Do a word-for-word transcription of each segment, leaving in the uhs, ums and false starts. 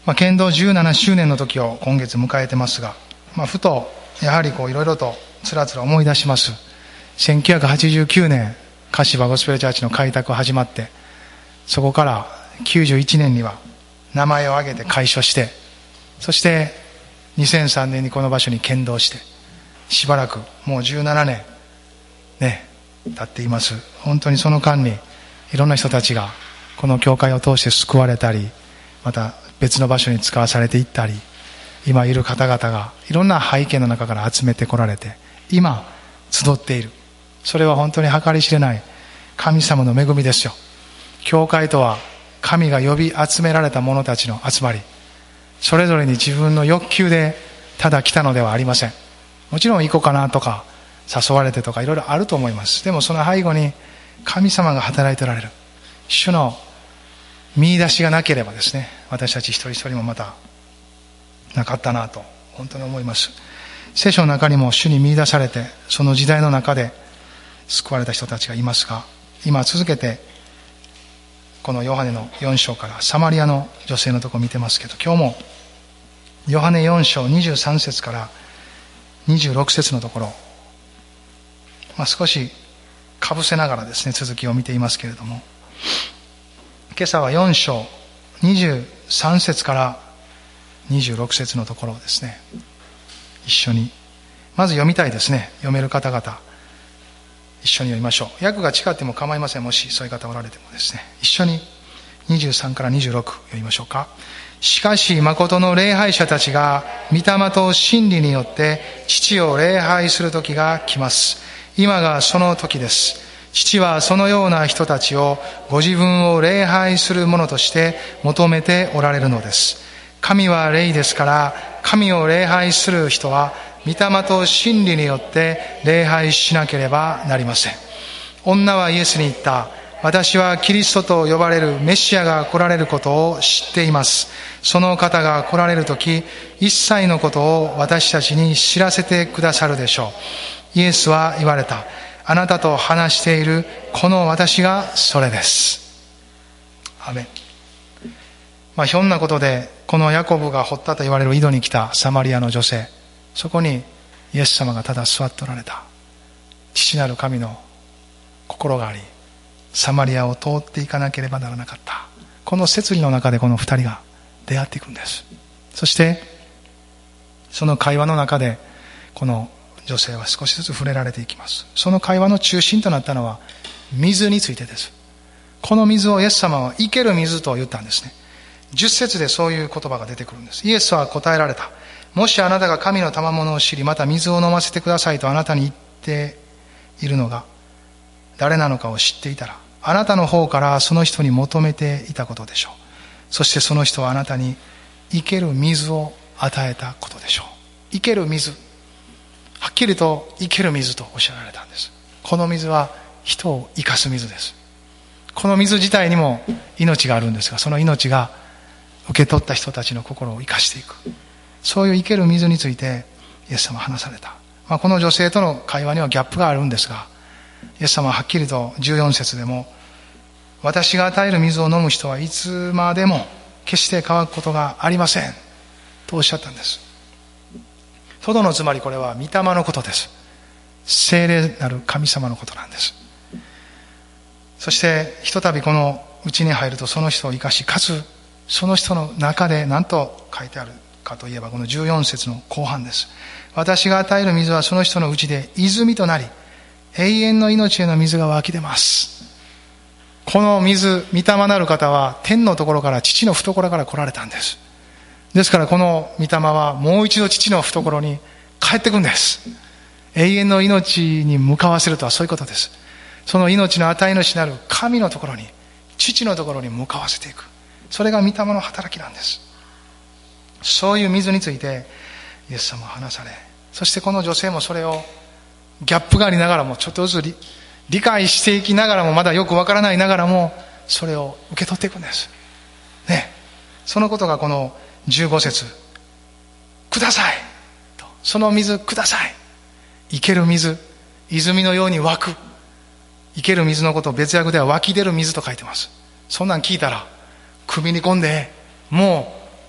まあ、剣道じゅうななしゅうねんの時を今月迎えてますが、まあ、ふとやはりこういろいろとつらつら思い出します。せんきゅうひゃくはちじゅうきゅうねん柏ゴスペルチャーチの開拓始まって、そこからきゅうじゅういちねんには名前を挙げて開所して、そしてにせんさんねんにこの場所に剣道して、しばらくもうじゅうななねんね経っています。本当にその間にいろんな人たちがこの教会を通して救われたり、また別の場所に使わされていったり、今いる方々がいろんな背景の中から集めてこられて今集っている。それは本当に計り知れない神様の恵みですよ。教会とは神が呼び集められた者たちの集まり、それぞれに自分の欲求でただ来たのではありません。もちろん行こうかなとか誘われてとかいろいろあると思います。でもその背後に神様が働いておられる主の見出しがなければですね、私たち一人一人もまたなかったなと本当に思います。聖書の中にも主に見出されてその時代の中で救われた人たちがいますが、今続けてこのヨハネのよん章からサマリアの女性のところを見てますけど、今日もヨハネよん章にじゅうさん節からにじゅうろく節のところ、まあ、少しかぶせながらですね続きを見ていますけれども、今朝はよん章にじゅうさん節からにじゅうろく節のところをですね一緒にまず読みたいですね。読める方々一緒に読みましょう。訳が違っても構いません。もしそういう方おられてもですね、一緒ににじゅうさんからにじゅうろく読みましょうか。しかし誠の礼拝者たちが御霊と真理によって父を礼拝する時が来ます。今がその時です。父はそのような人たちをご自分を礼拝する者として求めておられるのです。神は霊ですから、神を礼拝する人は御霊と真理によって礼拝しなければなりません。女はイエスに言った。私はキリストと呼ばれるメシアが来られることを知っています。その方が来られるとき、一切のことを私たちに知らせてくださるでしょう。イエスは言われた。あなたと話しているこの私がそれです。アメン。まあ、ひょんなことでこのヤコブが掘ったと言われる井戸に来たサマリアの女性、そこにイエス様がただ座っておられた。父なる神の心があり、サマリアを通っていかなければならなかった。この摂理の中でこの二人が出会っていくんです。そしてその会話の中でこの女性は少しずつ触れられていきます。その会話の中心となったのは水についてです。この水をイエス様は生ける水と言ったんですね。じゅっ節でそういう言葉が出てくるんです。イエスは答えられた。もしあなたが神の賜物を知り、また水を飲ませてくださいとあなたに言っているのが誰なのかを知っていたら、あなたの方からその人に求めていたことでしょう。そしてその人はあなたに生ける水を与えたことでしょう。生ける水、はっきりと生ける水とおっしゃられたんです。この水は人を生かす水です。この水自体にも命があるんですが、その命が受け取った人たちの心を生かしていく、そういう生ける水についてイエス様は話された。まあ、この女性との会話にはギャップがあるんですが、イエス様ははっきりとじゅうよん節でも、私が与える水を飲む人はいつまでも決して乾くことがありませんとおっしゃったんです。とどのつまりこれは御霊のことです。聖霊なる神様のことなんです。そしてひとたびこの内に入るとその人を生かし、かつその人の中で何と書いてあるかといえば、このじゅうよん節の後半です。私が与える水はその人の内で泉となり、永遠の命への水が湧き出ます。この水、御霊なる方は天のところから父の懐から来られたんです。ですからこの御霊はもう一度父の懐に帰ってくんです。永遠の命に向かわせるとはそういうことです。その命の与え主なる神のところに、父のところに向かわせていく、それが御霊の働きなんです。そういう水についてイエス様は話され、そしてこの女性もそれをギャップがありながらも、ちょっとずつ 理, 理解していきながらも、まだよくわからないながらもそれを受け取っていくんですね。そのことがこのじゅうご節、くださいと、その水ください、生ける水、泉のように湧く、生ける水のことを別訳では湧き出る水と書いてます。そんなん聞いたら首に込んで、もう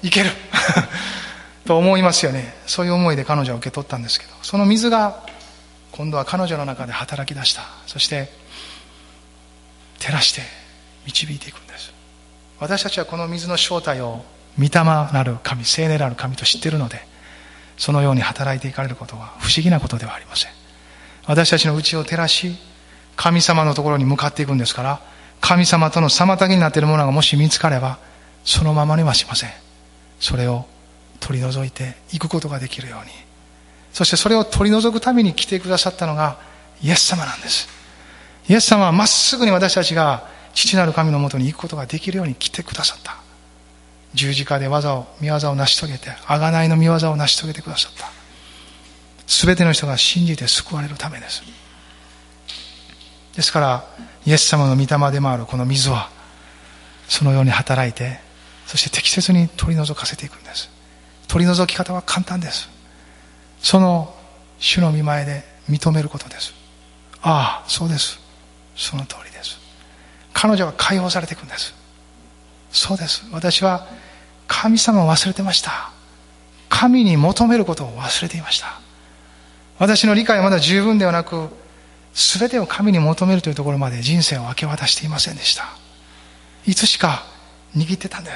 いけると思いますよね。そういう思いで彼女は受け取ったんですけど、その水が今度は彼女の中で働き出した。そして照らして導いていくんです。私たちはこの水の正体を御霊なる神、聖霊なる神と知っているので、そのように働いていかれることは不思議なことではありません。私たちの内を照らし、神様のところに向かっていくんですから、神様との妨げになっているものがもし見つかれば、そのままにはしません。それを取り除いていくことができるように、そしてそれを取り除くために来てくださったのがイエス様なんです。イエス様はまっすぐに私たちが父なる神のもとに行くことができるように来てくださった。十字架で技を御業を成し遂げて、贖いの御業を成し遂げてくださった。すべての人が信じて救われるためです。ですからイエス様の御霊でもあるこの水はそのように働いて、そして適切に取り除かせていくんです。取り除き方は簡単です。その主の御前で認めることです。ああ、そうです、その通りです。彼女は解放されていくんです。そうです、私は神様を忘れてました。神に求めることを忘れていました。私の理解はまだ十分ではなく、全てを神に求めるというところまで人生を明け渡していませんでした。いつしか握ってたんです。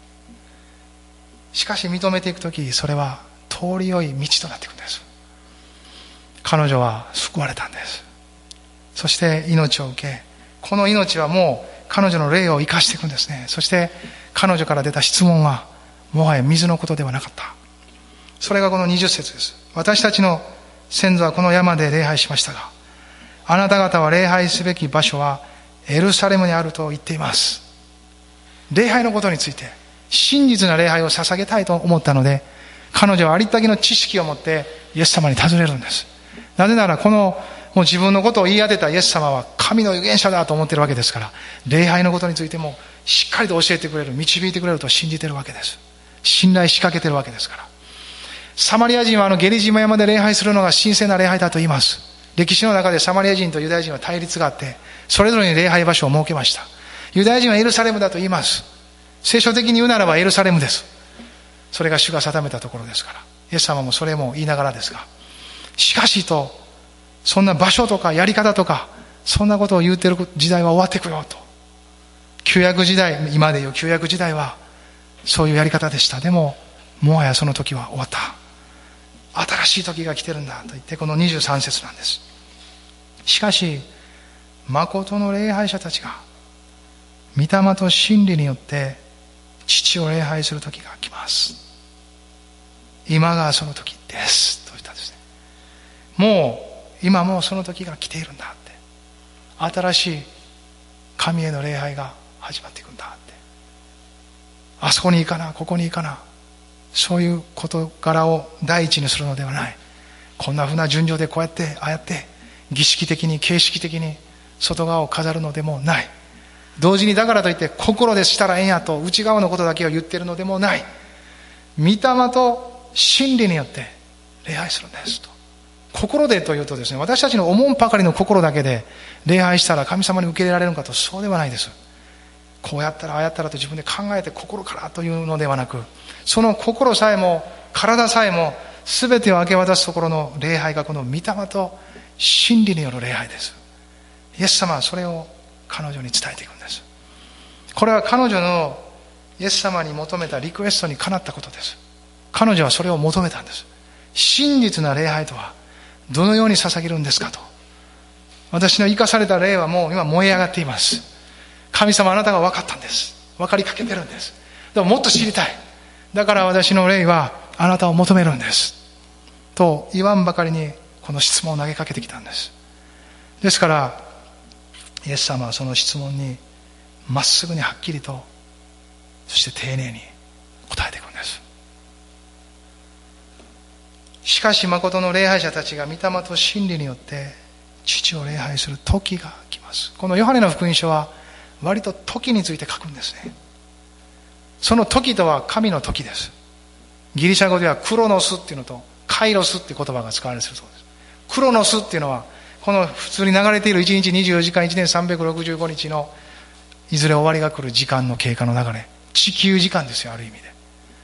しかし認めていくとき、それは通りよい道となっていくんです。彼女は救われたんです。そして命を受け、この命はもう彼女の霊を生かしていくんですね。そして彼女から出た質問はもはや水のことではなかった。それがこのにじゅっ節です。私たちの先祖はこの山で礼拝しましたが、あなた方は礼拝すべき場所はエルサレムにあると言っています。礼拝のことについて真実な礼拝を捧げたいと思ったので、彼女はありったけの知識を持ってイエス様に尋ねるんです。なぜならこのもう自分のことを言い当てたイエス様は神の預言者だと思っているわけですから、礼拝のことについてもしっかりと教えてくれる、導いてくれると信じているわけです。信頼しかけているわけですから。サマリア人はあのゲリジマ山で礼拝するのが神聖な礼拝だと言います。歴史の中でサマリア人とユダヤ人は対立があって、それぞれに礼拝場所を設けました。ユダヤ人はエルサレムだと言います。聖書的に言うならばエルサレムです。それが主が定めたところですから、イエス様もそれも言いながらですが、しかしと、そんな場所とかやり方とかそんなことを言っている時代は終わっていくよと。旧約時代、今でいう旧約時代はそういうやり方でした。でももはやその時は終わった、新しい時が来てるんだと言って、このにじゅうさん節なんです。しかし誠の礼拝者たちが御霊と真理によって父を礼拝する時が来ます。今がその時ですと言ったんですね。もう今もうその時が来ているんだって、新しい神への礼拝が始まっていくんだって、あそこに行かなここに行かな、そういう事柄を第一にするのではない。こんなふうな順序でこうやってああやって儀式的に形式的に外側を飾るのでもない。同時にだからといって心でしたらええんやと内側のことだけを言っているのでもない。御霊と真理によって礼拝するんですと。心でというとですね、私たちの思うばかりの心だけで礼拝したら神様に受け入れられるのかと、そうではないです。こうやったらああやったらと自分で考えて心からというのではなく、その心さえも体さえも全てを明け渡すところの礼拝がこの御霊と真理による礼拝です。イエス様はそれを彼女に伝えていくんです。これは彼女のイエス様に求めたリクエストにかなったことです。彼女はそれを求めたんです。真実な礼拝とはどのように捧げるんですかと。私の生かされた霊はもう今燃え上がっています。神様あなたが分かったんです。分かりかけてるんです。でももっと知りたい。だから私の霊はあなたを求めるんですと言わんばかりにこの質問を投げかけてきたんです。ですからイエス様はその質問にまっすぐにはっきりと、そして丁寧に答えていくんです。しかし誠の礼拝者たちが御霊と真理によって父を礼拝する時が来ます。このヨハネの福音書は割と時について書くんですね。その時とは神の時です。ギリシャ語ではクロノスっていうのとカイロスっていう言葉が使われているそうです。クロノスっていうのはこの普通に流れているいちにちにじゅうよじかんいちねんさんびゃくろくじゅうごにちのいずれ終わりが来る時間の経過の流れ、地球時間ですよ、ある意味で。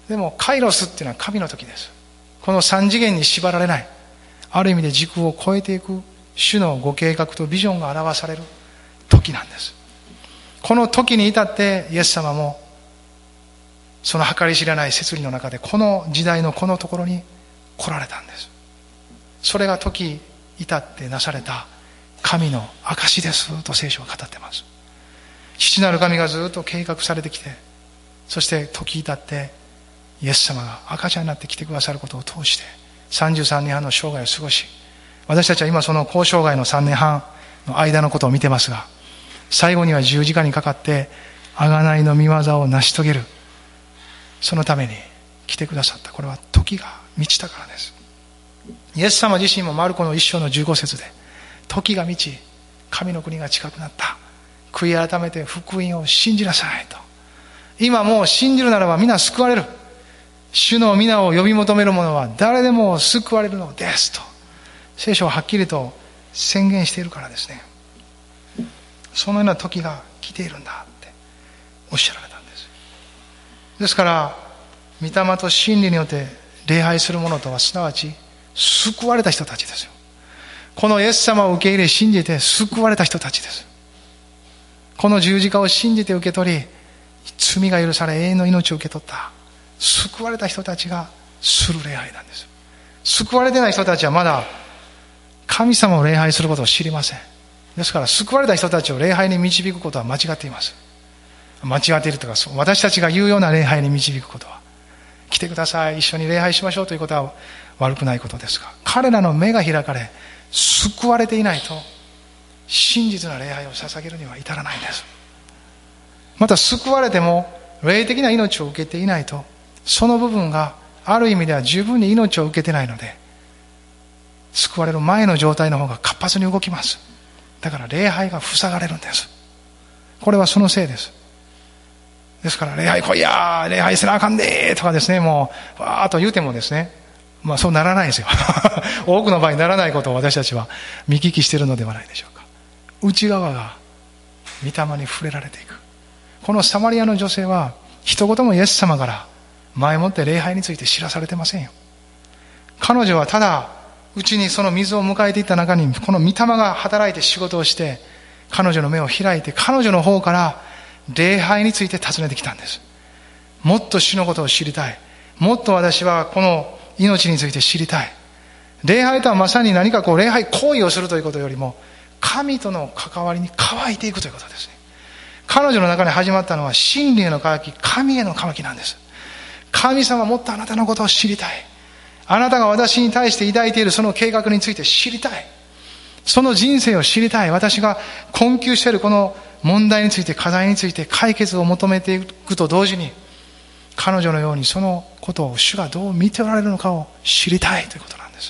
でもカイロスっていうのは神の時です。この三次元に縛られない、ある意味で時空を超えていく主のご計画とビジョンが表される時なんです。この時に至ってイエス様もその計り知れない摂理の中でこの時代のこのところに来られたんです。それが時至ってなされた神の証ですと聖書は語っています。父なる神がずっと計画されてきて、そして時至ってイエス様が赤ちゃんになって来てくださることを通してさんじゅうさんねんはんの生涯を過ごし、私たちは今その交渉外のさんねんはんの間のことを見てますが、最後には十字架にかかって贖いの御業を成し遂げる、そのために来てくださった。これは時が満ちたからです。イエス様自身もマルコの一章のじゅうご節で、時が満ち神の国が近くなった、悔い改めて福音を信じなさいと。今もう信じるならば皆救われる、主の皆を呼び求める者は誰でも救われるのですと聖書ははっきりと宣言しているからですね。そのような時が来ているんだっておっしゃられたんです。ですから御霊と真理によって礼拝する者とはすなわち救われた人たちですよ。このイエス様を受け入れ信じて救われた人たちです。この十字架を信じて受け取り罪が許され永遠の命を受け取った救われた人たちがする礼拝なんです。救われてない人たちはまだ神様を礼拝することを知りません。ですから救われた人たちを礼拝に導くことは間違っています。間違っているというか、私たちが言うような礼拝に導くことは、来てください一緒に礼拝しましょうということは悪くないことですが、彼らの目が開かれ救われていないと真実な礼拝を捧げるには至らないんです。また救われても霊的な命を受けていないと、その部分がある意味では十分に命を受けてないので、救われる前の状態の方が活発に動きます。だから礼拝が塞がれるんです。これはそのせいです。ですから礼拝来いやー、礼拝せなあかんでーとかですね、もうわーっと言うてもですね、まあそうならないですよ多くの場合ならないことを私たちは見聞きしているのではないでしょうか。内側が御霊に触れられていく。このサマリアの女性は一言もイエス様から前もって礼拝について知らされてませんよ。彼女はただうちにその水を迎えていった中にこの御霊が働いて仕事をして、彼女の目を開いて彼女の方から礼拝について尋ねてきたんです。もっと主のことを知りたい、もっと私はこの命について知りたい。礼拝とはまさに何かこう礼拝行為をするということよりも神との関わりに乾いていくということですね。彼女の中に始まったのは真理への渇き、神への渇きなんです。神様もっとあなたのことを知りたい、あなたが私に対して抱いているその計画について知りたい、その人生を知りたい、私が困窮しているこの問題について、課題について解決を求めていくと同時に、彼女のようにそのことを主がどう見ておられるのかを知りたいということなんです。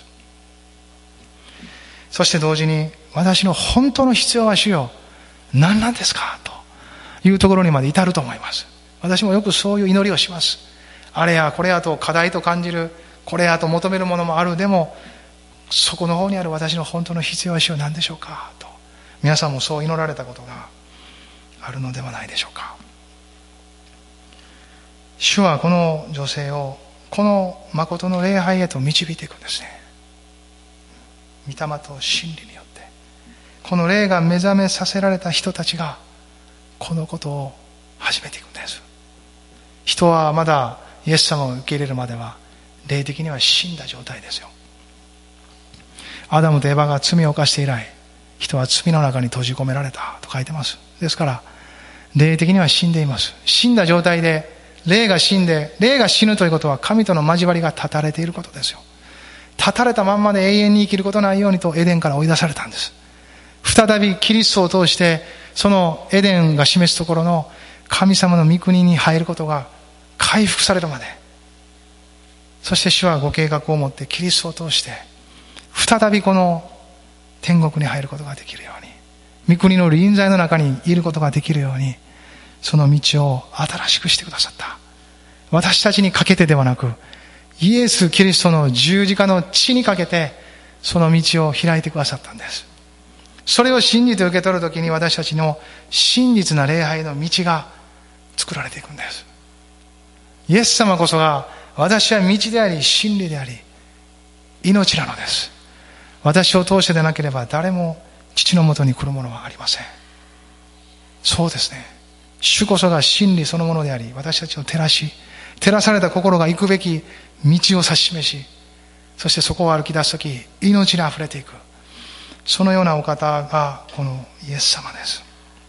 そして同時に、私の本当の必要は主よ何なんですかというところにまで至ると思います。私もよくそういう祈りをします。あれやこれやと課題と感じる、これやと求めるものもある。でもそこの方にある私の本当の必要は主よ何でしょうかと、皆さんもそう祈られたことがあるのではないでしょうか。主はこの女性をこの誠の礼拝へと導いていくんですね。御霊と真理によってこの霊が目覚めさせられた人たちがこのことを始めていくんです。人はまだイエス様を受け入れるまでは霊的には死んだ状態ですよ。アダムとエバが罪を犯して以来、人は罪の中に閉じ込められたと書いてます。ですから霊的には死んでいます。死んだ状態で霊が死んで、霊が死ぬということは神との交わりが断たれていることですよ。断たれたまんまで永遠に生きることないようにとエデンから追い出されたんです。再びキリストを通してそのエデンが示すところの神様の御国に入ることが回復されるまで、そして主はご計画を持ってキリストを通して再びこの天国に入ることができるように、御国の臨在の中にいることができるように、その道を新しくしてくださった。私たちにかけてではなく、イエス・キリストの十字架の血にかけてその道を開いてくださったんです。それを信じて受け取るときに、私たちの真実な礼拝の道が作られていくんです。 イエス様こそが、私は道であり真理であり命なのです。私を通してでなければ誰も父のもとに来るものはありません。そうですね。主こそが真理そのものであり、私たちを照らし、照らされた心が行くべき道を指し示し、そしてそこを歩き出すとき命にあふれていく、そのようなお方がこのイエス様です。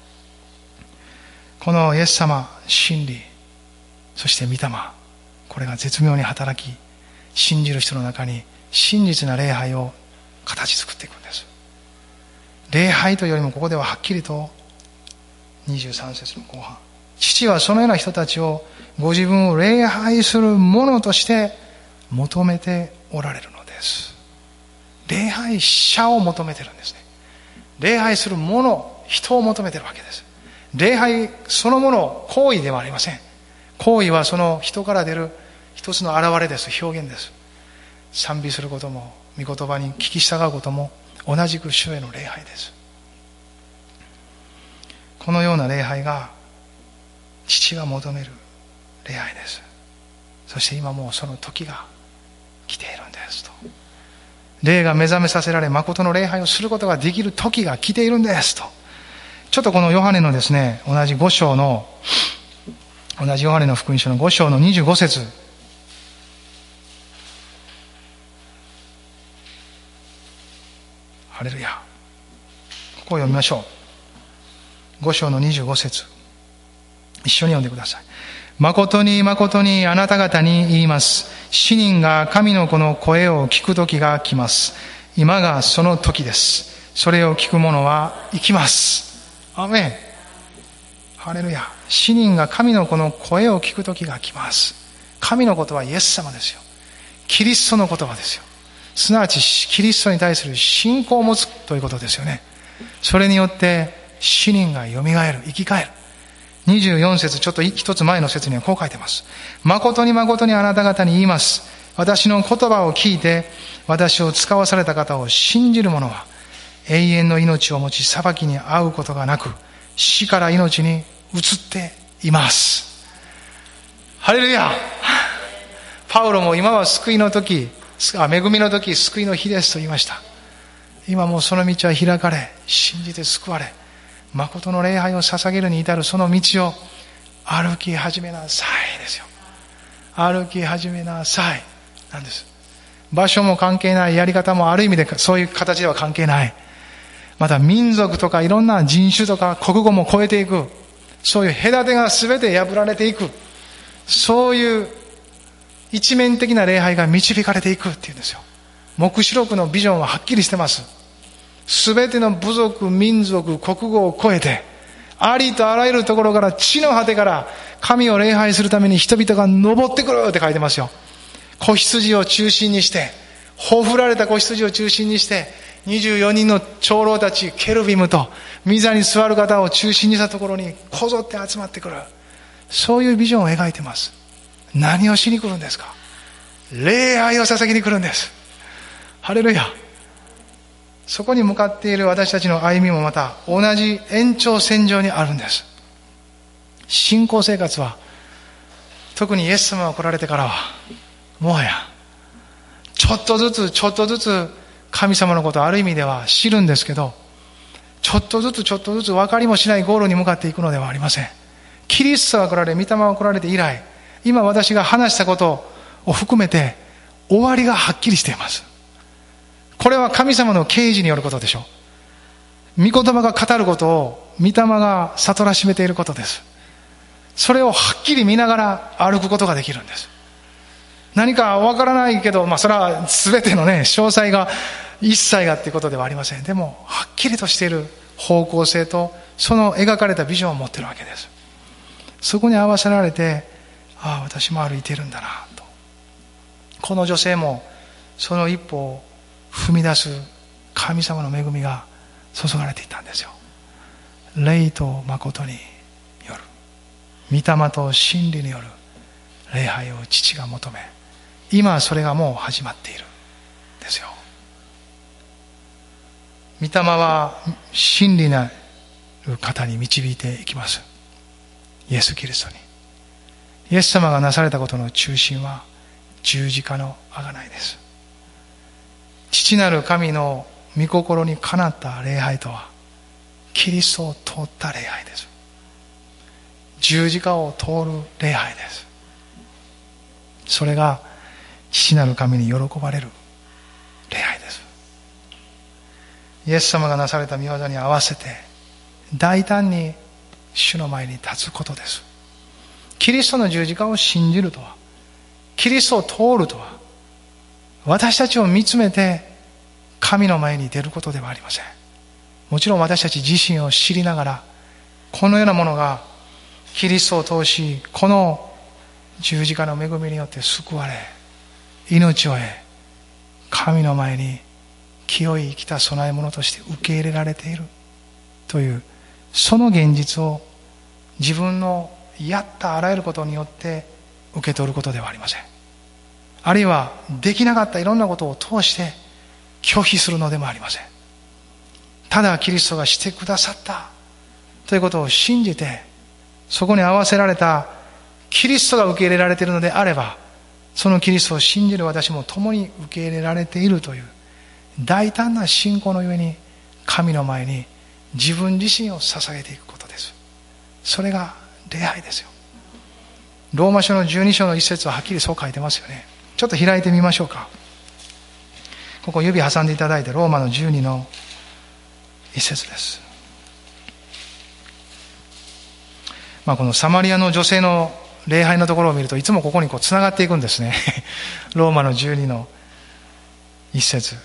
このイエス様、真理、そして御霊、これが絶妙に働き、信じる人の中に真実な礼拝を形作っていくんです。礼拝というよりもここでははっきりとにじゅうさん節の後半、父はそのような人たちをご自分を礼拝する者として求めておられるのです。礼拝者を求めてるんですね。礼拝する者、人を求めてるわけです。礼拝そのもの行為ではありません。行為はその人から出る一つの現れです。表現です。賛美することも御言葉に聞き従うことも同じく主への礼拝です。このような礼拝が父が求める礼拝です。そして今もうその時が来ているんですと。霊が目覚めさせられ誠の礼拝をすることができる時が来ているんですと。ちょっとこのヨハネのですね、同じご章の同じヨハネの福音書のご章のにじゅうご節、ハレルヤ、ここを読みましょう。ご章のにじゅうご節、一緒に読んでください。誠に誠にあなた方に言います。死人が神の子の声を聞く時が来ます。今がその時です。それを聞く者は生きます。アメン。ハレルヤ。死人が神の子の声を聞く時が来ます。神のことはイエス様ですよ。キリストの言葉ですよ。すなわちキリストに対する信仰を持つということですよね。それによって死人がよみがえる、生き返る。にじゅうよん節、ちょっと一つ前の節にはこう書いてます。誠に誠にあなた方に言います。私の言葉を聞いて私を使わされた方を信じる者は永遠の命を持ち、裁きに遭うことがなく死から命に移っています。ハレルヤ。パウロも今は救いの時、恵みの時、救いの日ですと言いました。今もうその道は開かれ、信じて救われ、誠の礼拝を捧げるに至るその道を歩き始めなさいですよ。歩き始めなさいなんです。場所も関係ない、やり方もある意味でそういう形では関係ない。また民族とかいろんな人種とか国語も超えていく、そういう隔てが全て破られていく、そういう一面的な礼拝が導かれていくっていうんですよ。黙示録のビジョンははっきりしてます。全ての部族、民族、国語を超えて、ありとあらゆるところから地の果てから神を礼拝するために人々が登ってくるって書いてますよ。子羊を中心にして、ほふられた子羊を中心にして、にじゅうよにんの長老たち、ケルビムと御座に座る方を中心にしたところにこぞって集まってくる。そういうビジョンを描いてます。何をしに来るんですか？礼拝を捧げに来るんです。ハレルヤ。そこに向かっている私たちの歩みもまた同じ延長線上にあるんです。信仰生活は特にイエス様が来られてからはもはやちょっとずつちょっとずつ神様のことをある意味では知るんですけど、ちょっとずつちょっとずつ分かりもしないゴールに向かっていくのではありません。キリストが来られ、御霊が来られて以来、今私が話したことを含めて終わりがはっきりしています。これは神様の啓示によることでしょう。御言葉が語ることを御霊が悟らしめていることです。それをはっきり見ながら歩くことができるんです。何かわからないけど、まあそれは全てのね、詳細が一切がっていうことではありません。でもはっきりとしている方向性とその描かれたビジョンを持っているわけです。そこに合わせられて、ああ私も歩いているんだなと。この女性もその一歩を踏み出す神様の恵みが注がれていたんですよ。霊と誠による、御霊と真理による礼拝を父が求め、今それがもう始まっているんですよ。御霊は真理なる方に導いていきます。イエス・キリストに。 イエス様がなされたことの中心は十字架の贖いです。父なる神の御心にかなった礼拝とは、キリストを通った礼拝です。十字架を通る礼拝です。それが父なる神に喜ばれる礼拝です。イエス様がなされた御業に合わせて大胆に主の前に立つことです。キリストの十字架を信じるとは、キリストを通るとは、私たちを見つめて神の前に出ることではありません。もちろん私たち自身を知りながら、このようなものがキリストを通し、この十字架の恵みによって救われ、命を得、神の前に清い生きた供え物として受け入れられているという、その現実を自分のやったあらゆることによって受け取ることではありません。あるいはできなかったいろんなことを通して拒否するのでもありません。ただキリストがしてくださったということを信じて、そこに合わせられたキリストが受け入れられているのであれば、そのキリストを信じる私も共に受け入れられているという大胆な信仰のゆえに、神の前に自分自身を捧げていくことです。それが礼拝ですよ。ローマ書のじゅうに章の一節ははっきりそう書いてますよね。ちょっと開いてみましょうか。ここ指挟んでいただいて、ローマのじゅうにの一節です。まあ、このサマリアの女性の礼拝のところを見ると、いつもここにこうつながっていくんですね。ローマのじゅうにの一節。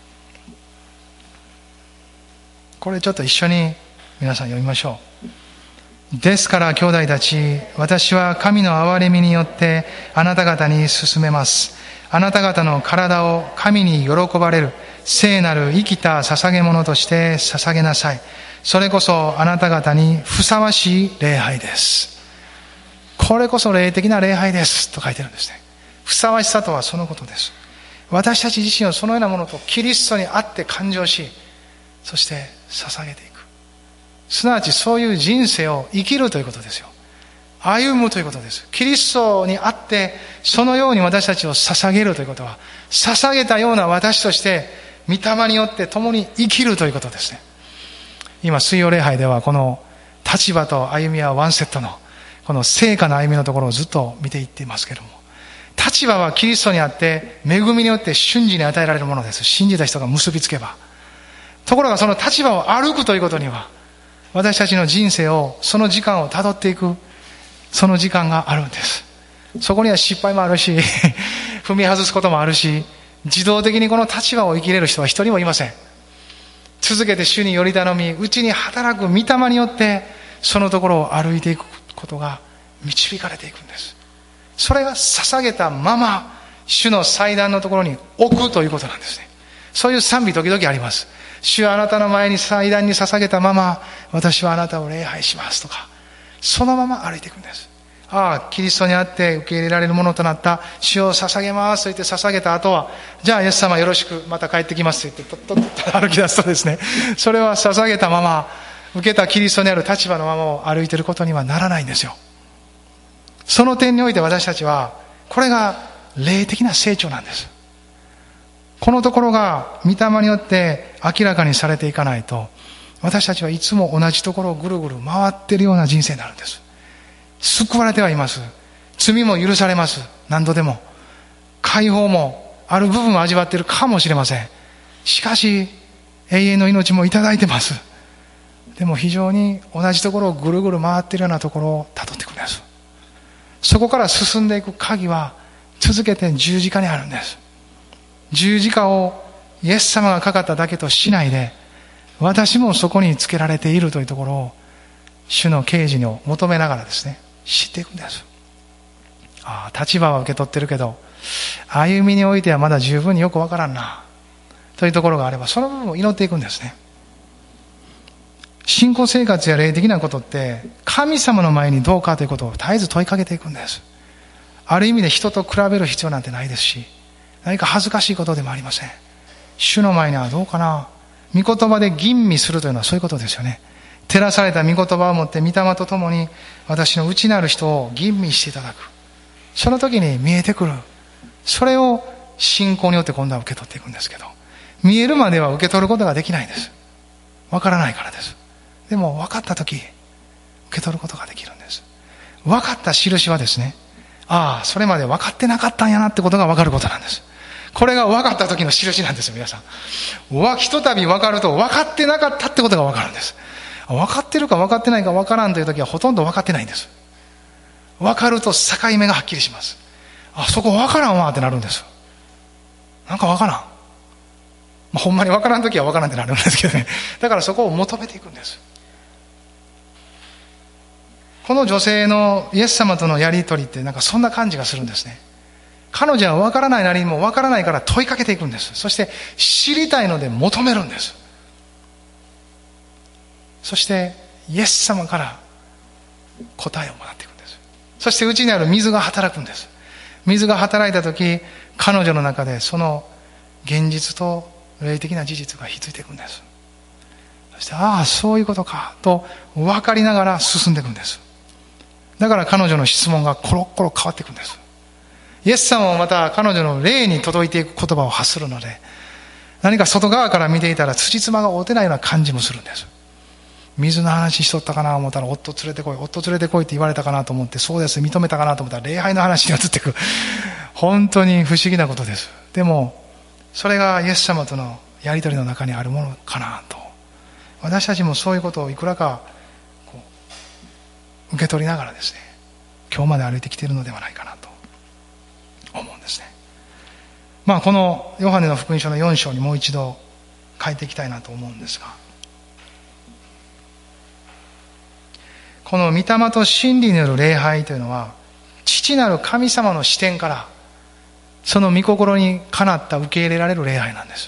これちょっと一緒に皆さん読みましょう。ですから兄弟たち、私は神の憐れみによってあなた方に勧めます。あなた方の体を神に喜ばれる聖なる生きた捧げ物として捧げなさい。それこそあなた方にふさわしい礼拝です。これこそ霊的な礼拝ですと書いてるんですね。ふさわしさとはそのことです。私たち自身をそのようなものとキリストにあって感情し、そして捧げていく。すなわちそういう人生を生きるということですよ。歩むということです。キリストにあってそのように私たちを捧げるということは、捧げたような私として御霊によって共に生きるということですね。今水曜礼拝ではこの立場と歩みはワンセットのこの聖歌の歩みのところをずっと見ていっていますけれども、立場はキリストにあって恵みによって瞬時に与えられるものです。信じた人が結びつけば。ところがその立場を歩くということには、私たちの人生をその時間をたどっていくその時間があるんです。そこには失敗もあるし踏み外すこともあるし、自動的にこの立場を生きれる人は一人もいません。続けて主により頼み、うちに働く御霊によってそのところを歩いていくことが導かれていくんです。それが捧げたまま主の祭壇のところに置くということなんですね。そういう賛美時々あります。主はあなたの前に祭壇に捧げたまま私はあなたを礼拝しますとか、そのまま歩いていくんです。ああ、キリストにあって受け入れられるものとなった主を捧げますと言って捧げた後は、じゃあイエス様よろしくまた帰ってきますと言ってとっとっと歩き出すとですね、それは捧げたまま受けたキリストにある立場のままを歩いていることにはならないんですよ。その点において私たちはこれが霊的な成長なんです。このところが御霊によって明らかにされていかないと、私たちはいつも同じところをぐるぐる回っているような人生になるんです。救われてはいます。罪も許されます。何度でも解放もある部分を味わっているかもしれません。しかし永遠の命もいただいてます。でも非常に同じところをぐるぐる回っているようなところをたどっていくんです。そこから進んでいく鍵は続けて十字架にあるんです。十字架をイエス様がかかっただけとしないで、私もそこにつけられているというところを主の啓示を求めながらですね、知っていくんです。ああ、立場は受け取ってるけど歩みにおいてはまだ十分によくわからんなというところがあれば、その部分を祈っていくんですね。信仰生活や霊的なことって神様の前にどうかということを絶えず問いかけていくんです。ある意味で人と比べる必要なんてないですし、何か恥ずかしいことでもありません。主の前にはどうかな、御言葉で吟味するというのはそういうことですよね。 照らされた御言葉を持って御霊とともに私の内なる人を吟味していただく。その時に見えてくる。それを信仰によって今度は受け取っていくんですけど、見えるまでは受け取ることができないんです。わからないからです。でも分かった時受け取ることができるんです。分かった印はですね、ああそれまで分かってなかったんやなってことが分かることなんです。これが分かった時の印なんですよ。皆さんわひとたび分かると分かってなかったってことが分かるんです。分かってるか分かってないか分からんという時はほとんど分かってないんです。分かると境目がはっきりします。あそこ分からんわってなるんです。なんか分からん、まあ、ほんまに分からん時は分からんってなるんですけどね。だからそこを求めていくんです。この女性のイエス様とのやり取りってなんかそんな感じがするんですね。彼女は分からないなりにも分からないから問いかけていくんです。そして知りたいので求めるんです。そしてイエス様から答えをもらっていくんです。そして内にある水が働くんです。水が働いた時、彼女の中でその現実と霊的な事実がひっついていくんです。そしてああそういうことかと分かりながら進んでいくんです。だから彼女の質問がコロッコロ変わっていくんです。イエス様もまた彼女の霊に届いていく言葉を発するので、何か外側から見ていたら辻褄が合うてないような感じもするんです。水の話しとったかなと思ったら夫連れてこい夫連れてこいって言われたかなと思って、そうです認めたかなと思ったら礼拝の話に移っていく。本当に不思議なことです。でもそれがイエス様とのやり取りの中にあるものかなと、私たちもそういうことをいくらかこう受け取りながらですね、今日まで歩いてきているのではないかなと思うんですね。まあこのヨハネの福音書のよん章にもう一度書いていきたいなと思うんですが、この御霊と真理による礼拝というのは、父なる神様の視点からその御心にかなった受け入れられる礼拝なんです。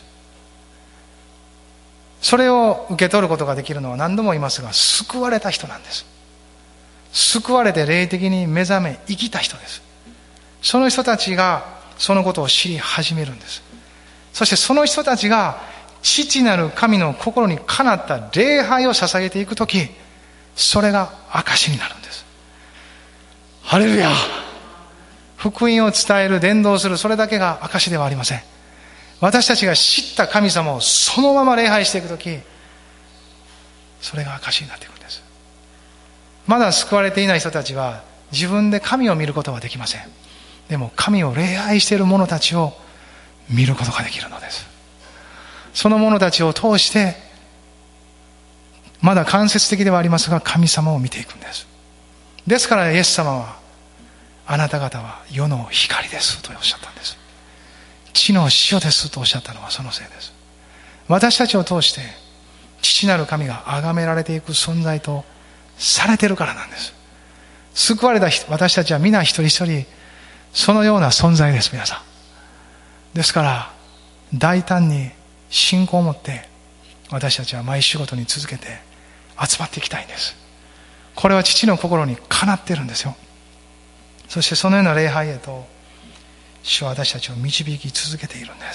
それを受け取ることができるのは何度も言いますが、救われた人なんです。救われて霊的に目覚め生きた人です。その人たちがそのことを知り始めるんです。そしてその人たちが父なる神の心にかなった礼拝を捧げていくとき、それが証になるんです。ハレルヤ。福音を伝える、伝道する、それだけが証ではありません。私たちが知った神様をそのまま礼拝していくとき、それが証になっていくんです。まだ救われていない人たちは自分で神を見ることはできません。でも神を礼拝している者たちを見ることができるのです。その者たちを通してまだ間接的ではありますが神様を見ていくんです。ですからイエス様は、あなた方は世の光ですとおっしゃったんです。地の塩ですとおっしゃったのはそのせいです。私たちを通して父なる神が崇められていく存在とされているからなんです。救われた私たちは皆一人一人そのような存在です。皆さんですから大胆に信仰を持って私たちは毎仕事に続けて集まっていきたいんです。これは父の心にかなっているんですよ。そしてそのような礼拝へと主は私たちを導き続けているんです。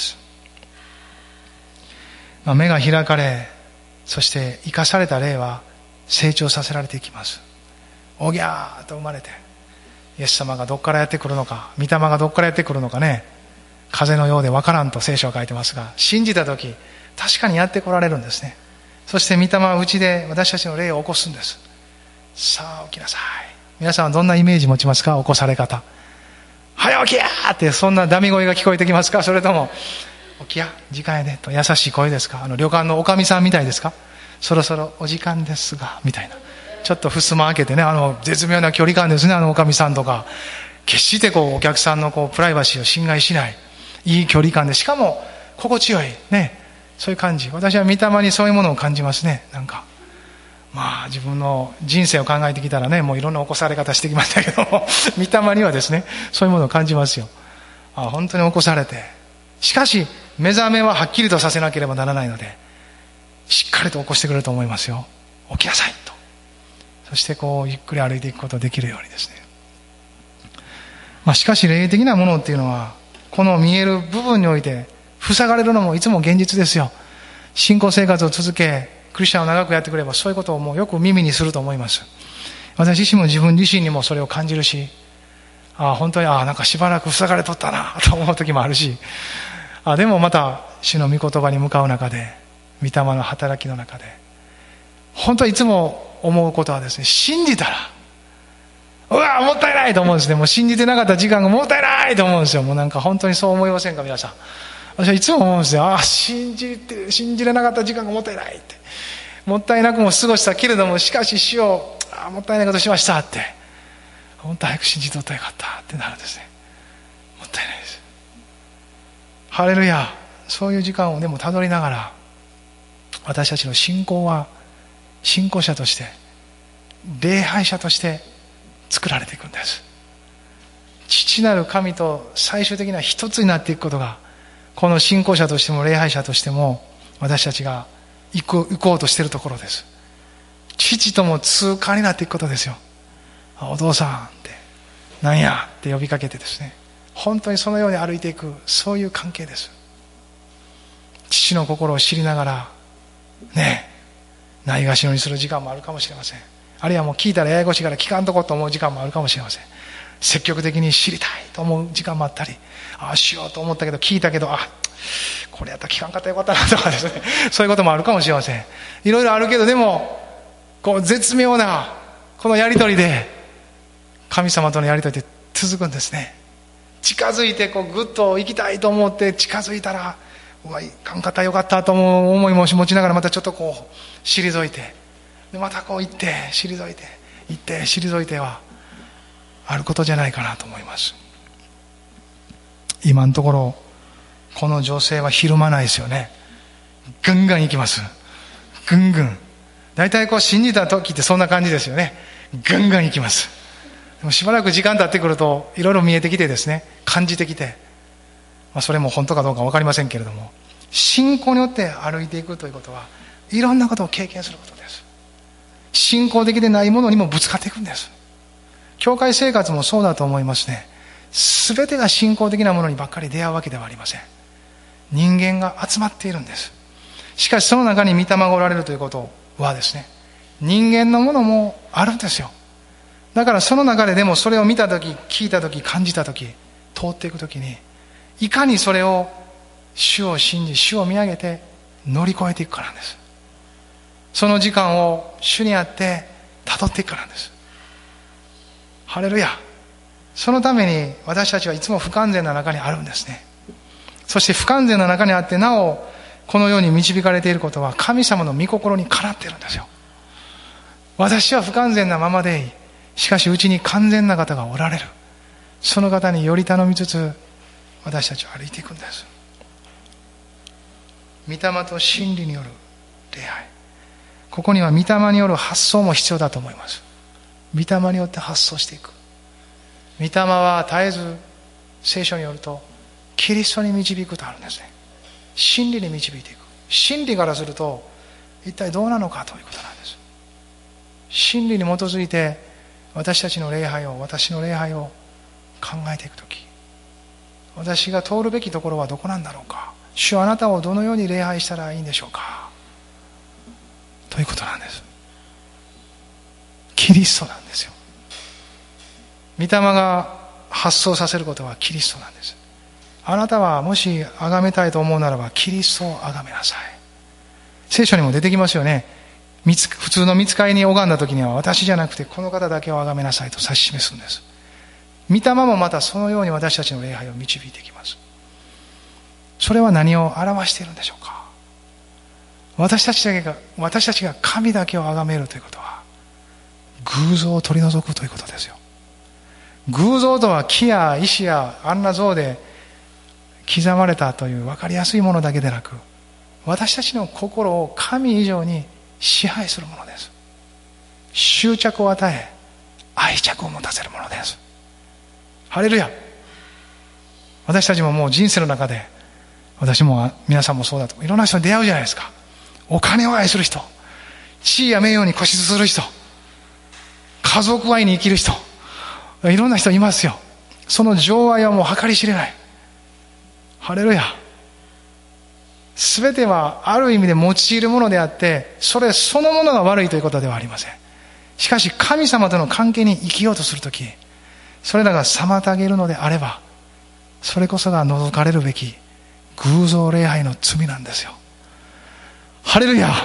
まあ、目が開かれ、そして生かされた霊は成長させられていきます。おぎゃーと生まれて、イエス様がどこからやってくるのか、御霊がどこからやってくるのかね、風のようでわからんと聖書は書いてますが、信じたとき確かにやってこられるんですね。そして御霊はうちで私たちの霊を起こすんです。さあ起きなさい。皆さんはどんなイメージ持ちますか？起こされ方。早起きやーってそんなダミ声が聞こえてきますか？それとも起きや時間やでと優しい声ですか？あの旅館のおかみさんみたいですか？そろそろお時間ですがみたいな、ちょっと襖開けてね、あの絶妙な距離感ですね。あのおかみさんとか決してこうお客さんのこうプライバシーを侵害しないいい距離感で、しかも心地よいね、そういう感じ。私は御霊にそういうものを感じますね。なんかまあ自分の人生を考えてきたらね、もういろんな起こされ方してきましたけども御霊にはですねそういうものを感じますよ。あ、本当に起こされて、しかし目覚めははっきりとさせなければならないので、しっかりと起こしてくれると思いますよ。起きなさいと。そしてこうゆっくり歩いていくことができるようにですね。まあしかし霊的なものっていうのはこの見える部分において塞がれるのもいつも現実ですよ。信仰生活を続けクリスチャンを長くやってくればそういうことをもうよく耳にすると思います。私自身も自分自身にもそれを感じるし、ああ本当にああなんかしばらく塞がれとったなと思う時もあるし、あでもまた主の御言葉に向かう中で、御霊の働きの中で、本当にいつも思うことはですね、信じたらうわもったいないと思うんですね。もう信じてなかった時間がもったいないと思うんですよ。もうなんか本当にそう思いませんか皆さん。私はいつも思うんですよ。ああ信じて信じれなかった時間がもったいないって、もったいなくも過ごしたけれども、しかし主よあもったいないことしましたって、本当早く信じとったらよかったってなるんですね。もったいないです。ハレルヤ。そういう時間をでもたどりながら、私たちの信仰は信仰者として礼拝者として作られていくんです。父なる神と最終的には一つになっていくことが、この信仰者としても礼拝者としても私たちが行こう、行こうとしているところです。父とも通過になっていくことですよ。お父さんってなんやって呼びかけてですね、本当にそのように歩いていく、そういう関係です。父の心を知りながらねえないがしろにする時間もあるかもしれません。あるいはもう聞いたらややこしいから聞かんとこうと思う時間もあるかもしれません。積極的に知りたいと思う時間もあったり、ああしようと思ったけど聞いたけど、あこれやったら聞かんかったらよかったなとかですね、そういうこともあるかもしれません。いろいろあるけど、でもこう絶妙なこのやり取りで、神様とのやり取りで続くんですね。近づいてこうグッと行きたいと思って近づいたら、うわいかんかったらよかったと思う思いも持ちながら、またちょっとこう退いて、でまたこう行って退いて行って退いてはあることじゃないかなと思います。今のところこの女性はひるまないですよね。ぐんぐん行きます。ぐんぐん。大体こう信じた時ってそんな感じですよね。ぐんぐん行きます。でもしばらく時間経ってくるといろいろ見えてきてですね、感じてきて、まあ、それも本当かどうか分かりませんけれども、信仰によって歩いていくということはいろんなことを経験することです。信仰的でないものにもぶつかっていくんです。教会生活もそうだと思いますね。全てが信仰的なものにばっかり出会うわけではありません。人間が集まっているんです。しかしその中に御霊がおられるということはですね、人間のものもあるんですよ。だからその中ででもそれを見たとき、聞いたとき、感じたとき、通っていくときに、いかにそれを主を信じ、主を見上げて乗り越えていくかなんです。その時間を主にあって辿っていくかなんです。ハレルヤ。そのために私たちはいつも不完全な中にあるんですね。そして不完全な中にあってなおこのように導かれていることは神様の御心にかなっているんですよ。私は不完全なままでいい。しかしうちに完全な方がおられる。その方により頼みつつ私たちは歩いていくんです。御霊と真理による礼拝、ここには御霊による発想も必要だと思います。御霊によって発想していく。御霊は絶えず聖書によるとキリストに導くとあるんですね。真理に導いていく。真理からすると一体どうなのかということなんです。真理に基づいて私たちの礼拝を、私の礼拝を考えていくとき、私が通るべきところはどこなんだろうか。主はあなたをどのように礼拝したらいいんでしょうかということなんです。キリストなんですよ。御霊が発想させることはキリストなんです。あなたはもし崇めたいと思うならばキリストを崇めなさい。聖書にも出てきますよね。普通の御使いに拝んだ時には私じゃなくてこの方だけを崇めなさいと指し示すんです。御霊もまたそのように私たちの礼拝を導いていきます。それは何を表しているんでしょうか。私たちだけが私たちが神だけを崇めるということは偶像を取り除くということですよ。偶像とは木や石やあんな像で刻まれたという分かりやすいものだけでなく、私たちの心を神以上に支配するものです。執着を与え愛着を持たせるものです。ハレルヤ。私たちももう人生の中で、私も皆さんもそうだと、いろんな人に出会うじゃないですか。お金を愛する人、地位や名誉に固執する人、家族愛に生きる人、いろんな人いますよ。その情愛はもう計り知れない。ハレルヤ。 すべてはある意味で用いるものであって、それそのものが悪いということではありません。しかし神様との関係に生きようとするとき、それらが妨げるのであれば、それこそが除かれるべき偶像礼拝の罪なんですよ。ハレルヤ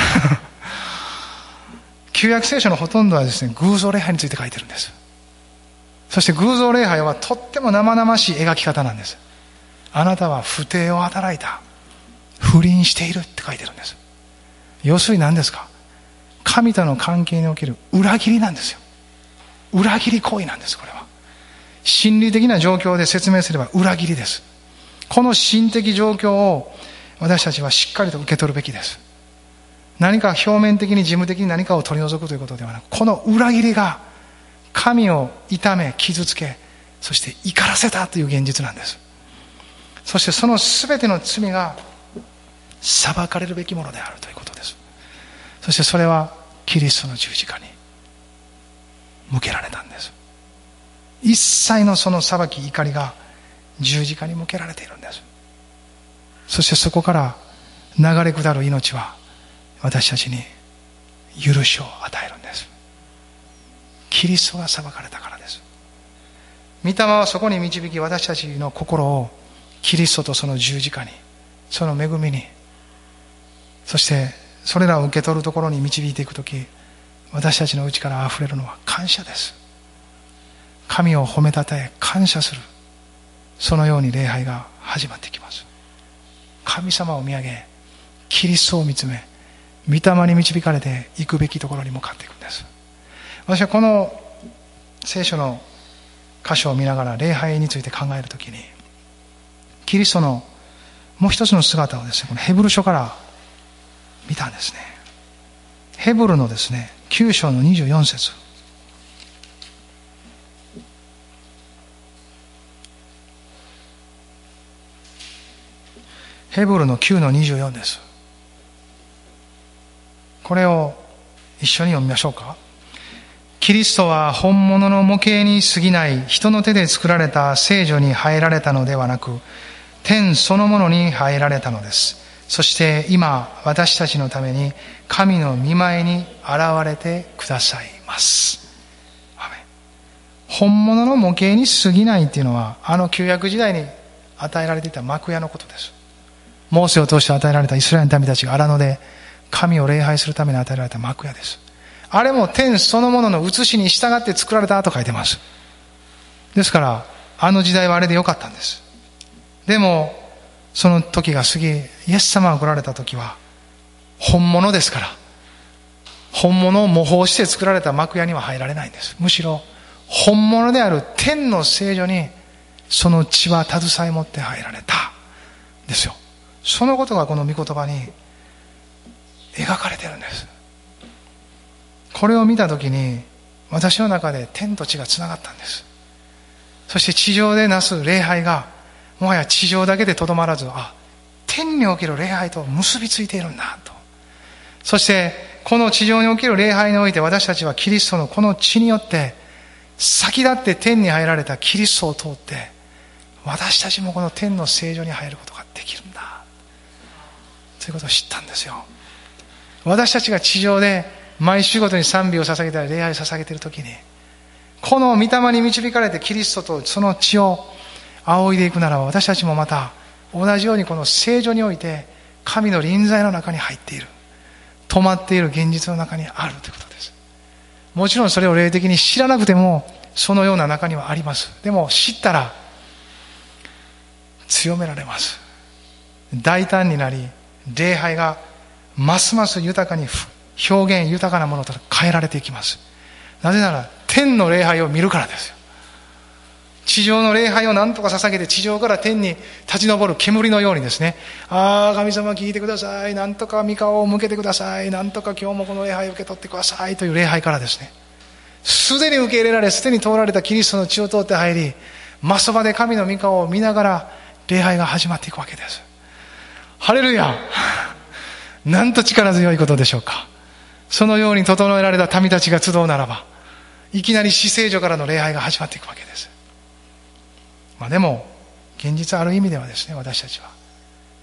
旧約聖書のほとんどはですね、偶像礼拝について書いてるんです。そして偶像礼拝はとっても生々しい描き方なんです。あなたは不貞を働いた、不倫しているって書いてるんです。要するに何ですか？神との関係における裏切りなんですよ。裏切り行為なんです。これは心理的な状況で説明すれば裏切りです。この心的状況を私たちはしっかりと受け取るべきです。何か表面的に事務的に何かを取り除くということではなく、この裏切りが神を痛め傷つけ、そして怒らせたという現実なんです。そしてその全ての罪が裁かれるべきものであるということです。そしてそれはキリストの十字架に向けられたんです。一切のその裁き怒りが十字架に向けられているんです。そしてそこから流れ下る命は私たちに許しを与えるんです。キリストが裁かれたからです。御霊はそこに導き、私たちの心をキリストとその十字架に、その恵みに、そしてそれらを受け取るところに導いていくとき、私たちの内からあふれるのは感謝です。神を褒めたたえ感謝する、そのように礼拝が始まってきます。神様を見上げ、キリストを見つめ、御霊に導かれて行くべきところに向かっていくんです。私はこの聖書の箇所を見ながら礼拝について考えるときに、キリストのもう一つの姿をですね、このヘブル書から見たんですね。ヘブルのですね、きゅう章のにじゅうよん節。ヘブルのきゅうのにじゅうよんです。これを一緒に読みましょうか。キリストは本物の模型に過ぎない人の手で作られた聖女に入られたのではなく、天そのものに入られたのです。そして今私たちのために神の御前に現れてくださいます。アメン。本物の模型に過ぎないっていうのは、あの旧約時代に与えられていた幕屋のことです。モーセを通して与えられたイスラエルの民たちが荒野で神を礼拝するために与えられた幕屋です。あれも天そのものの写しに従って作られたと書いてます。ですからあの時代はあれでよかったんです。でもその時が過ぎ、イエス様が来られた時は本物ですから、本物を模倣して作られた幕屋には入られないんです。むしろ本物である天の聖女にその血は携え持って入られたですよ。そのことがこの御言葉に描かれてるんです。これを見たときに私の中で天と地がつながったんです。そして地上でなす礼拝がもはや地上だけでとどまらず、あ、天における礼拝と結びついているんだと。そしてこの地上における礼拝において私たちはキリストのこの血によって先立って天に入られたキリストを通って、私たちもこの天の聖女に入ることができるんだということを知ったんですよ。私たちが地上で毎週ごとに賛美を捧げたり礼拝を捧げているときに、この御霊に導かれてキリストとその血を仰いでいくならば、私たちもまた同じようにこの聖女において神の臨在の中に入っている、止まっている現実の中にあるということです。もちろんそれを霊的に知らなくてもそのような中にはあります。でも知ったら強められます。大胆になり、礼拝がますます豊かに表現豊かなものと変えられていきます。なぜなら天の礼拝を見るからですよ。地上の礼拝を何とか捧げて地上から天に立ち上る煙のようにですね、ああ神様聞いてください、何とか御顔を向けてください、何とか今日もこの礼拝を受け取ってくださいという礼拝からですね、すでに受け入れられ、すでに通られたキリストの血を通って入り、真そばで神の御顔を見ながら礼拝が始まっていくわけです。ハレルヤ。なんと力強いことでしょうか。そのように整えられた民たちが集うならば、いきなり至聖所からの礼拝が始まっていくわけです。まあでも現実ある意味ではですね、私たちは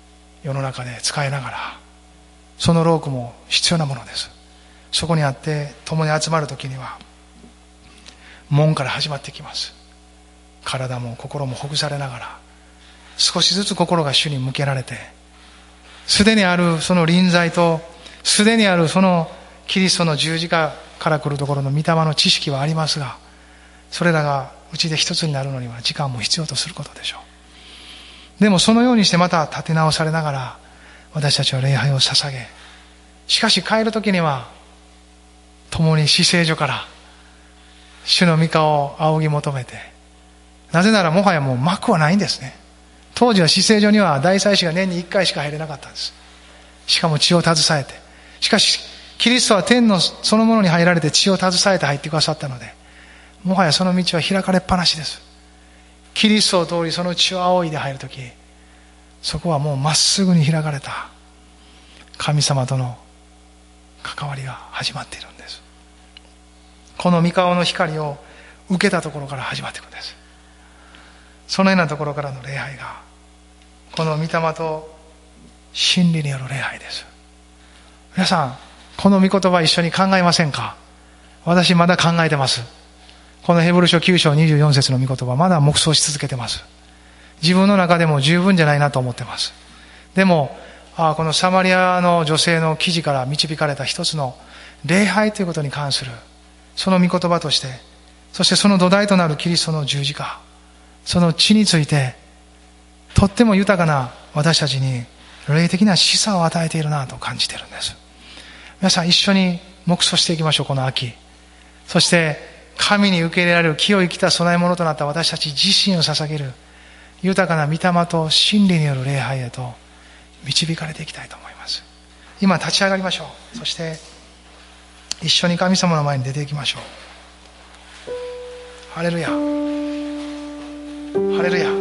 世の中で使いながら、そのロークも必要なものです。そこにあって共に集まるときには門から始まってきます。体も心もほぐされながら、少しずつ心が主に向けられて、すでにあるその臨在と、すでにあるそのキリストの十字架から来るところの御霊の知識はありますが、それらがうちで一つになるのには時間も必要とすることでしょう。でもそのようにしてまた立て直されながら、私たちは礼拝を捧げ、しかし帰るときには共に至聖所から主の御顔を仰ぎ求めて、なぜならもはやもう幕はないんですね。当時は至聖所には大祭司が年に一回しか入れなかったんです。しかも血を携えて、しかしキリストは天のそのものに入られて血を携えて入ってくださったので、もはやその道は開かれっぱなしです。キリストを通りその血を仰いで入るとき、そこはもうまっすぐに開かれた神様との関わりが始まっているんです。この御顔の光を受けたところから始まっていくんです。そのようなところからの礼拝が、この御霊と真理による礼拝です。皆さん、この御言葉一緒に考えませんか？私まだ考えてます。このヘブル書きゅう章にじゅうよん節の御言葉、まだ黙想し続けてます。自分の中でも十分じゃないなと思ってます。でも、あこのサマリアの女性の記事から導かれた一つの礼拝ということに関する、その御言葉として、そしてその土台となるキリストの十字架、その血について、とっても豊かな私たちに霊的な示唆を与えているなと感じているんです。皆さん一緒に黙想していきましょう、この秋。そして神に受け入れられる清い生きた供え物となった私たち自身を捧げる豊かな御霊と真理による礼拝へと導かれていきたいと思います。今立ち上がりましょう。そして一緒に神様の前に出ていきましょう。ハレルヤ、ハレルヤ、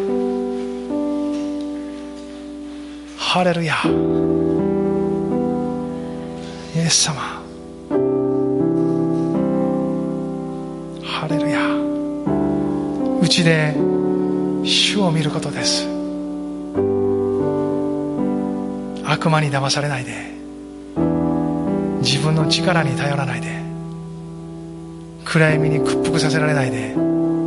ハレルヤ。イエス様、ハレルヤ。うちで主を見ることです。悪魔に騙されないで、自分の力に頼らないで、暗闇に屈服させられないで、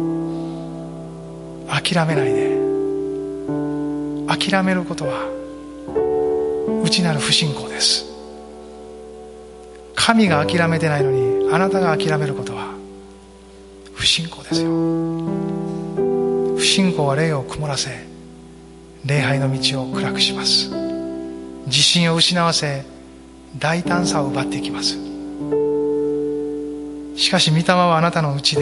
諦めないで。諦めることは内なる不信仰です。神が諦めてないのにあなたが諦めることは不信仰ですよ。不信仰は霊を曇らせ、礼拝の道を暗くします。自信を失わせ、大胆さを奪っていきます。しかし御霊はあなたのうちで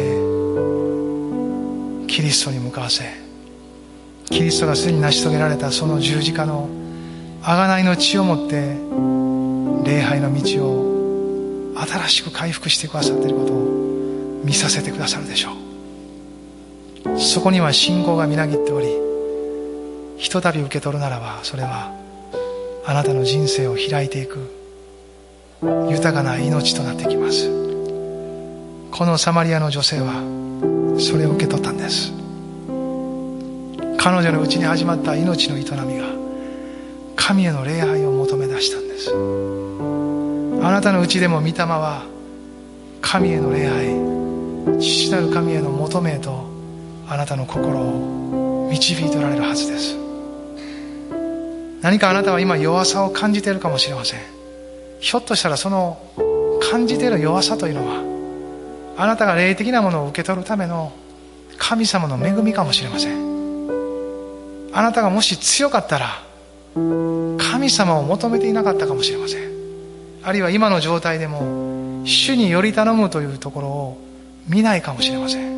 キリストに向かわせ、キリストがすでに成し遂げられたその十字架の贖いの血をもって礼拝の道を新しく回復してくださっていることを見させてくださるでしょう。そこには信仰がみなぎっており、ひとたび受け取るならば、それはあなたの人生を開いていく豊かな命となってきます。このサマリアの女性はそれを受け取ったんです。彼女のうちに始まった命の営みが神への礼拝を求め出したんです。あなたのうちでも御霊は神への礼拝、父なる神への求めへとあなたの心を導いておられるはずです。何かあなたは今弱さを感じているかもしれません。ひょっとしたらその感じている弱さというのは、あなたが霊的なものを受け取るための神様の恵みかもしれません。あなたがもし強かったら神様を求めていなかったかもしれません。あるいは今の状態でも主により頼むというところを見ないかもしれません。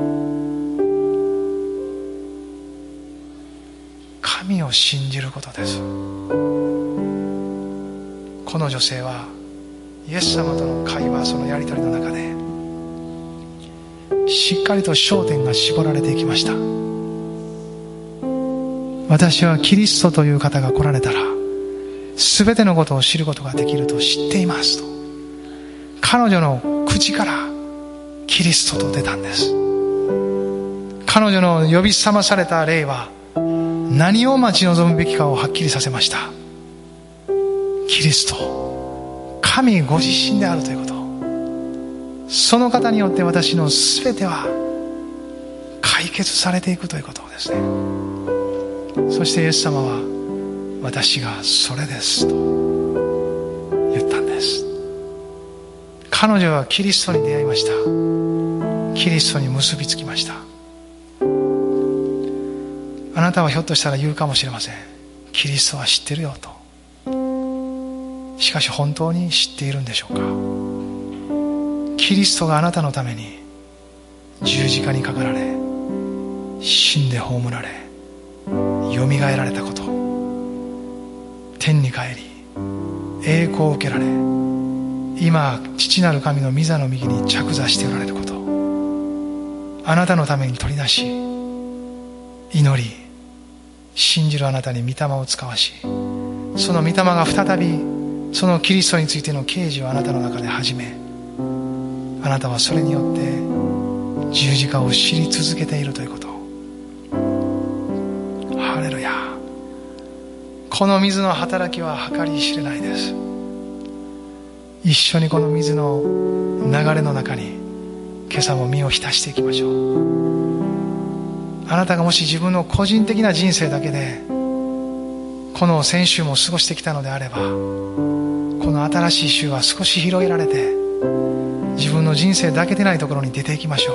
神を信じることです。この女性はイエス様との会話、そのやり取りの中でしっかりと焦点が絞られていきました。私はキリストという方が来られたら全てのことを知ることができると知っていますと、彼女の口からキリストと出たんです。彼女の呼び覚まされた霊は何を待ち望むべきかをはっきりさせました。 キリスト、神ご自身であるということ、その方によって私のすべては解決されていくということをですね。そしてイエス様は、私がそれですと言ったんです。彼女はキリストに出会いました。キリストに結びつきました。あなたはひょっとしたら言うかもしれません。キリストは知ってるよと。しかし本当に知っているんでしょうか。キリストがあなたのために十字架にかかられ、死んで葬られ、よみがえられたこと、天に帰り栄光を受けられ、今父なる神の御座の右に着座しておられること、あなたのために取りなし、祈り信じるあなたに御霊を使わし、その御霊が再びそのキリストについての啓示をあなたの中で始め、あなたはそれによって十字架を知り続けているということ。ハレルヤ。この水の働きは計り知れないです。一緒にこの水の流れの中に今朝も身を浸していきましょう。あなたがもし自分の個人的な人生だけでこの先週も過ごしてきたのであれば、この新しい週は少し広げられて自分の人生だけでないところに出ていきましょ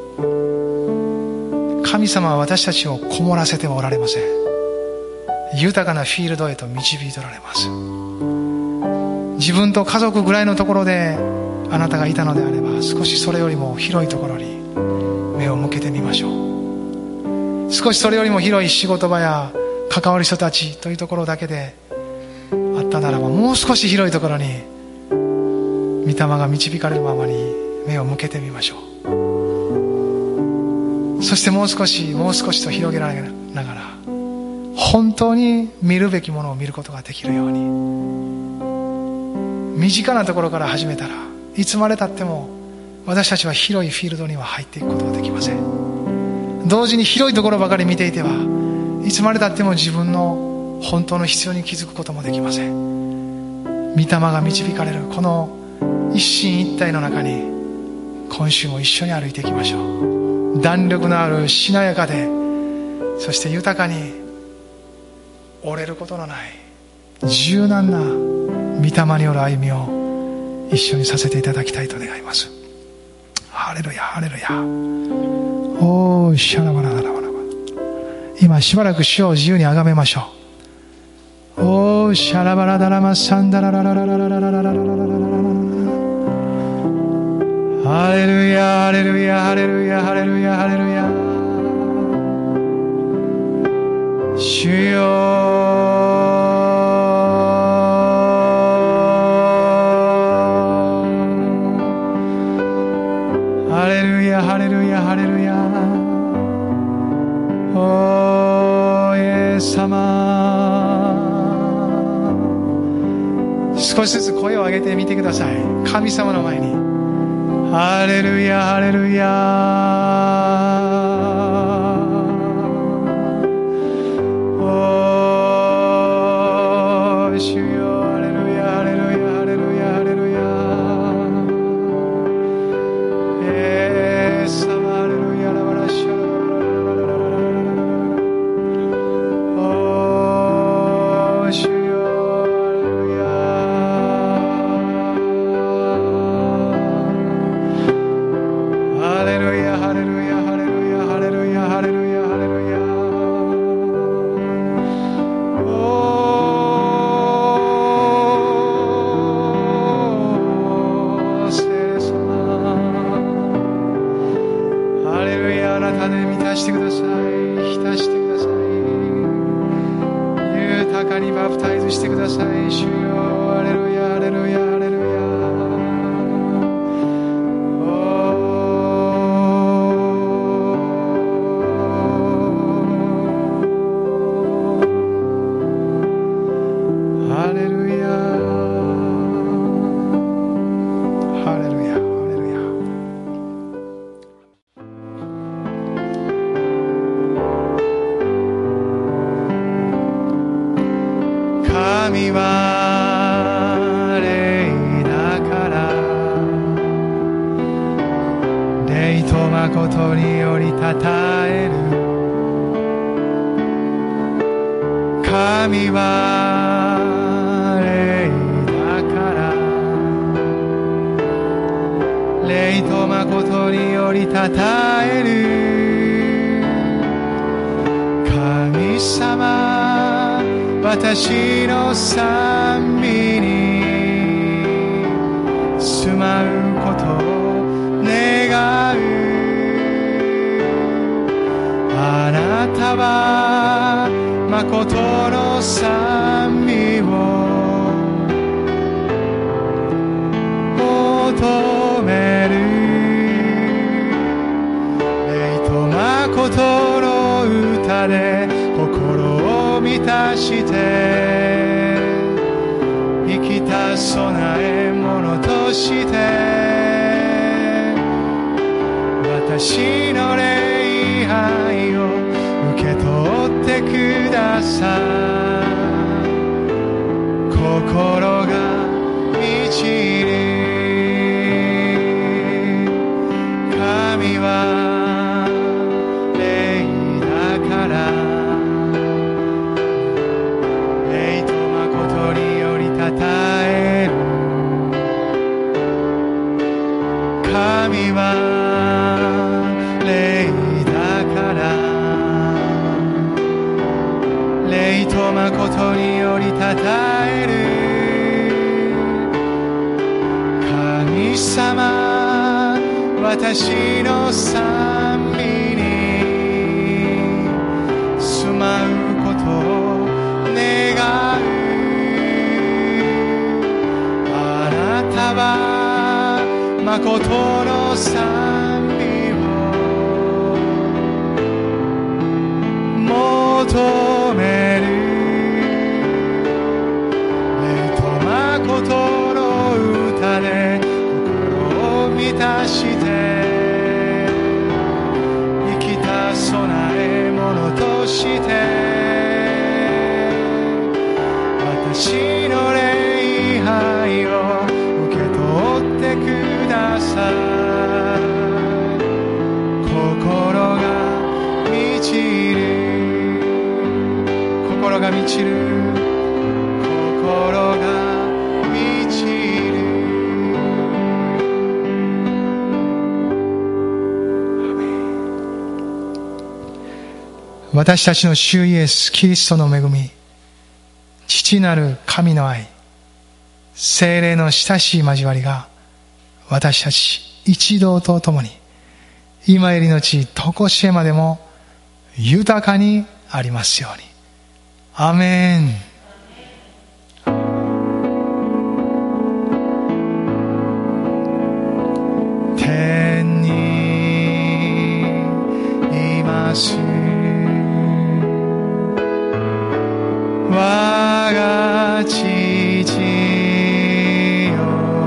う。神様は私たちをこもらせてはおられません。豊かなフィールドへと導いておられます。自分と家族ぐらいのところであなたがいたのであれば、少しそれよりも広いところに目を向けてみましょう。少しそれよりも広い仕事場や関わる人たちというところだけであったならば、もう少し広いところに御霊が導かれるままに目を向けてみましょう。そしてもう少しもう少しと広げられながら、本当に見るべきものを見ることができるように、身近なところから始めたらいつまでたっても私たちは広いフィールドには入っていくことができません。同時に広いところばかり見ていてはいつまでたっても自分の本当の必要に気づくこともできません。御霊が導かれるこの一心一体の中に今週も一緒に歩いていきましょう。弾力のあるしなやかで、そして豊かに折れることのない柔軟な御霊による歩みを一緒にさせていただきたいと願います。ハレルヤハレルヤ。おーシャラバラダラバラバ。今しばらく主を自由にあがめましょう。おーシャラバラダラマサンダラララララララララララララララ。ハレルヤハレルヤハレルヤハレルヤハレルヤ。主よハレルヤハレルヤハレルヤ。おーイエス様、少しずつ声を上げてみてください。神様の前にハレルヤハレルヤ。神は誠によりたたえる。神は霊だから霊と誠によりたたえる。神様、私の賛美に住まうことを願う。あなたは誠の賛美を求める。霊と誠の歌で心を満たして生きた備え物として私の礼拝を受け取ってください。心が満ちる。神は霊だから霊と誠によりたたえる。神は霊だから霊と誠によりたたえる。神様、私の賛美に住まうことを願う。あなたは誠の賛美を求める。霊と誠の歌で心を満たして生きた備え物として私の礼拝を受け取ってください。心が満ちる。心が満ちる。心が満ちる。私たちの主イエスキリストの恵み、父なる神の愛、聖霊の親しい交わりが私たち一同と共に今よりのちとこしえまでも豊かにありますように。アメン。天にいます我が父よ、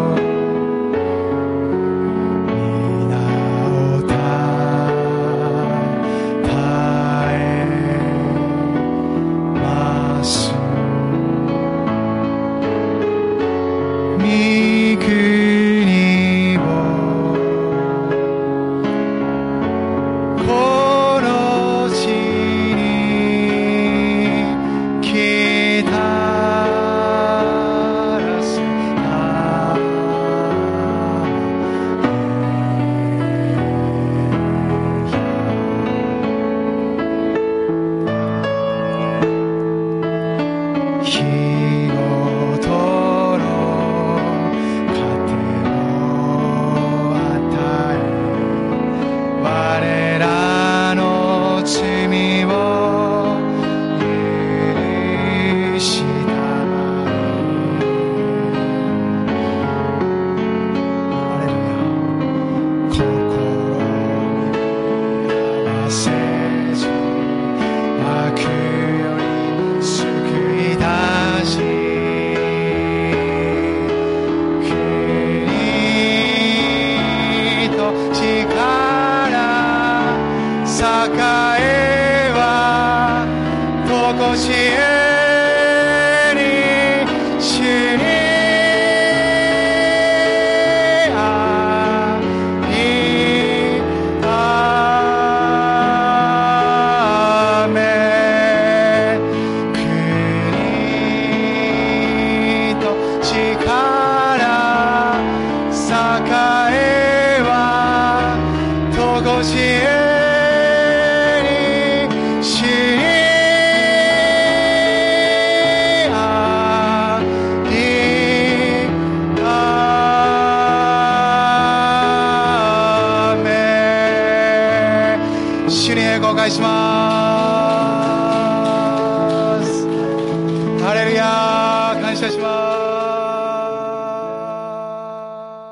皆をたたえます御国をこの地に来たらせた日ごとの糧を与え我らの罪を許したまえ。ハレルヤ。心に合わせず悪より救い出し国と力栄えはとこしえに主にありあ主に栄光を返します。